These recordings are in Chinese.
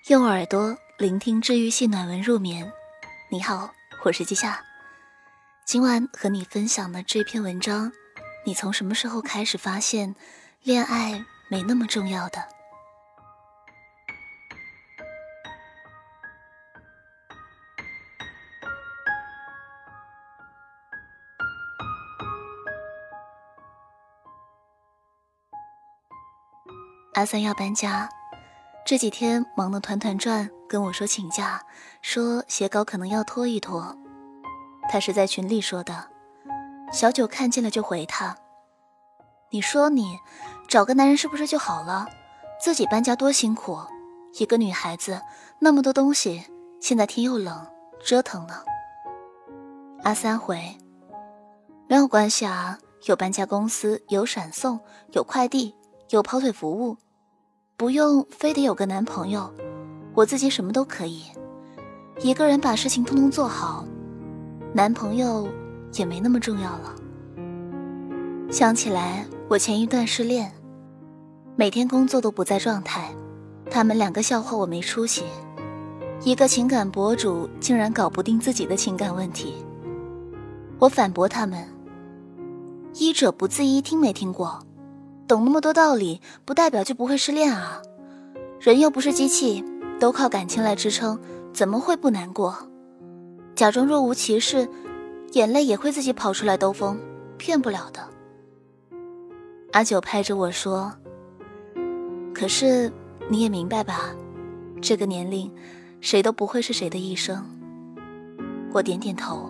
用耳朵聆听治愈系暖文入眠。你好，我是季夏。今晚和你分享的这篇文章，你从什么时候开始发现恋爱没那么重要的？阿三要搬家，这几天忙得团团转，跟我说请假，说写稿可能要拖一拖。他是在群里说的，小九看见了就回他，你说你找个男人是不是就好了？自己搬家多辛苦，一个女孩子那么多东西，现在天又冷，折腾呢。阿三回，没有关系啊，有搬家公司，有闪送，有快递，有跑腿服务，不用非得有个男朋友，我自己什么都可以，一个人把事情通通做好，男朋友也没那么重要了。想起来我前一段失恋，每天工作都不在状态，他们两个笑话我没出息，一个情感博主竟然搞不定自己的情感问题。我反驳他们，医者不自医，听没听过？懂那么多道理不代表就不会失恋啊，人又不是机器，都靠感情来支撑，怎么会不难过？假装若无其事，眼泪也会自己跑出来兜风，骗不了的。阿九拍着我说，可是你也明白吧，这个年龄谁都不会是谁的一生。我点点头，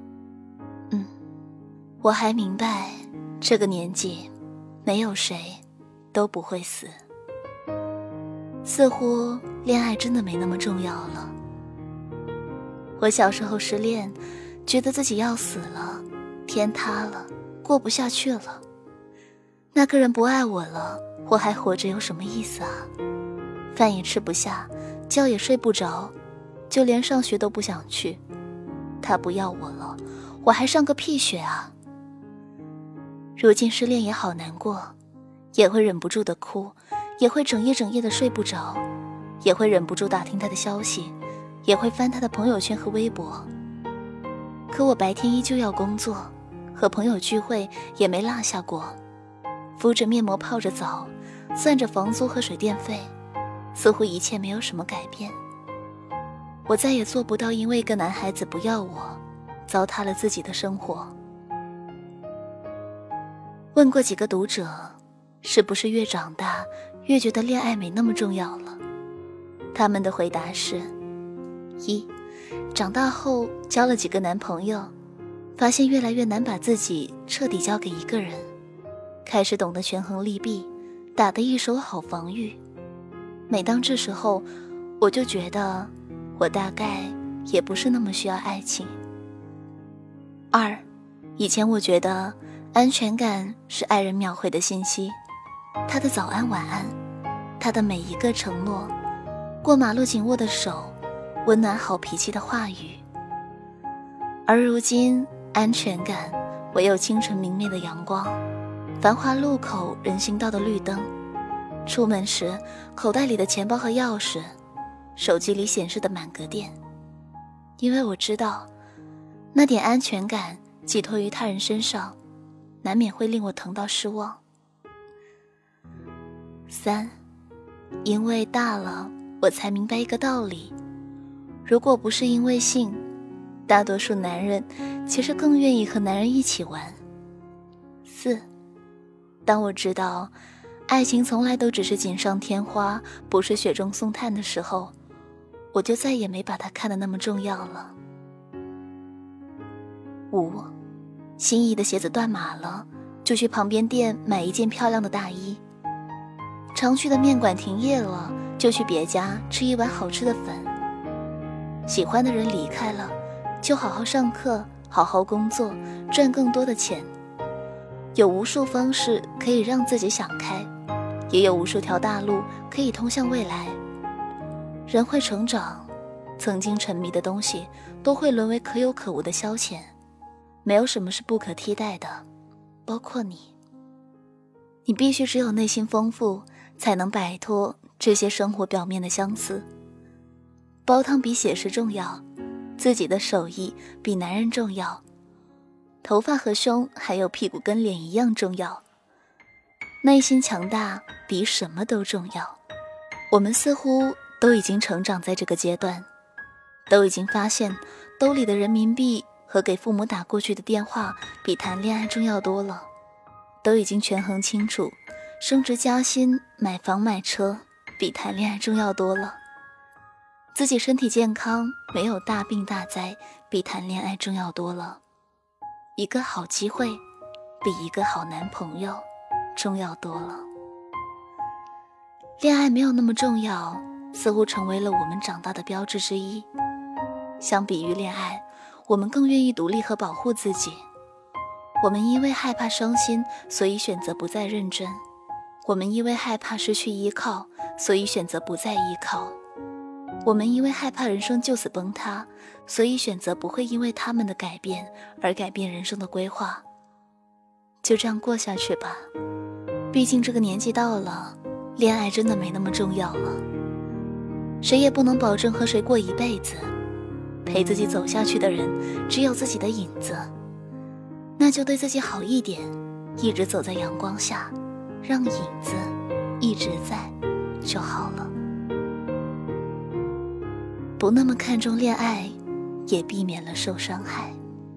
我还明白这个年纪没有谁都不会死。似乎恋爱真的没那么重要了。我小时候失恋，觉得自己要死了，天塌了，过不下去了。那个人不爱我了，我还活着有什么意思啊？饭也吃不下，觉也睡不着，就连上学都不想去。他不要我了，我还上个屁学啊？如今失恋也好难过，也会忍不住的哭，也会整夜整夜的睡不着，也会忍不住打听他的消息，也会翻他的朋友圈和微博。可我白天依旧要工作，和朋友聚会也没落下过，敷着面膜泡着澡，算着房租和水电费，似乎一切没有什么改变。我再也做不到因为一个男孩子不要我，糟蹋了自己的生活。问过几个读者，是不是越长大越觉得恋爱没那么重要了？他们的回答是：一，长大后交了几个男朋友，发现越来越难把自己彻底交给一个人，开始懂得权衡利弊，打得一手好防御。每当这时候，我就觉得我大概也不是那么需要爱情。二，以前我觉得安全感是爱人秒回的信息，他的早安晚安，他的每一个承诺，过马路紧握的手，温暖好脾气的话语。而如今安全感唯有清晨明媚的阳光，繁华路口人行道的绿灯，出门时口袋里的钱包和钥匙，手机里显示的满格电。因为我知道那点安全感寄托于他人身上，难免会令我疼到失望。三，因为大了，我才明白一个道理，如果不是因为性，大多数男人其实更愿意和男人一起玩。四，当我知道爱情从来都只是锦上添花，不是雪中送炭的时候，我就再也没把它看得那么重要了。五，心仪的鞋子断码了，就去旁边店买一件漂亮的大衣。常去的面馆停业了，就去别家吃一碗好吃的粉。喜欢的人离开了，就好好上课，好好工作，赚更多的钱。有无数方式可以让自己想开，也有无数条大路可以通向未来。人会成长，曾经沉迷的东西都会沦为可有可无的消遣，没有什么是不可替代的，包括你。你必须只有内心丰富，才能摆脱这些生活表面的相似。 煲汤比写诗重要，自己的手艺比男人重要，头发和胸还有屁股跟脸一样重要，内心强大比什么都重要。我们似乎都已经成长在这个阶段，都已经发现兜里的人民币和给父母打过去的电话比谈恋爱重要多了，都已经权衡清楚，升职加薪买房买车比谈恋爱重要多了，自己身体健康没有大病大灾比谈恋爱重要多了，一个好机会比一个好男朋友重要多了。恋爱没有那么重要，似乎成为了我们长大的标志之一。相比于恋爱，我们更愿意独立和保护自己。我们因为害怕伤心，所以选择不再认真。我们因为害怕失去依靠，所以选择不再依靠。我们因为害怕人生就此崩塌，所以选择不会因为他们的改变而改变人生的规划。就这样过下去吧，毕竟这个年纪到了，恋爱真的没那么重要了。谁也不能保证和谁过一辈子，陪自己走下去的人只有自己的影子，那就对自己好一点，一直走在阳光下，让影子一直在就好了。不那么看重恋爱，也避免了受伤害。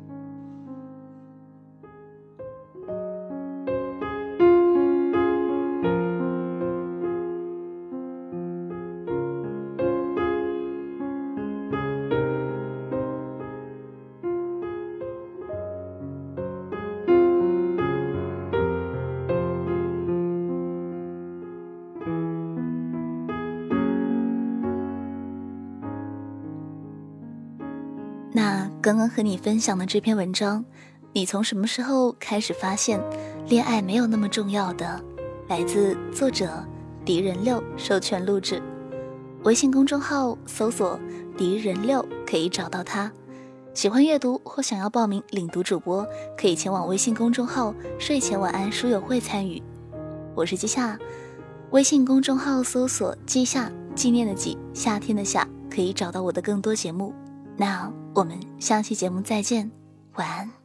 那刚刚和你分享的这篇文章，你从什么时候开始发现恋爱没有那么重要的？来自作者敌人6授权录制，微信公众号搜索敌人6可以找到他。喜欢阅读或想要报名领读主播，可以前往微信公众号睡前晚安书友会参与。我是季夏，微信公众号搜索季夏，纪念的季，夏天的夏，可以找到我的更多节目。那我们下期节目再见，晚安。